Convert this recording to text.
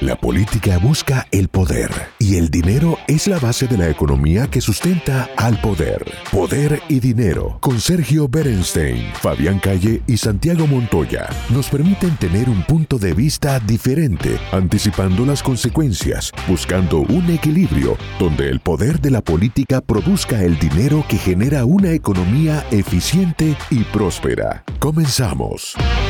La política busca el poder y el dinero es la base de la economía que sustenta al poder. Poder y dinero, con Sergio Berenstein, Fabián Calle y Santiago Montoya, nos permiten tener un punto de vista diferente, anticipando las consecuencias, buscando un equilibrio donde el poder de la política produzca el dinero que genera una economía eficiente y próspera. Comenzamos.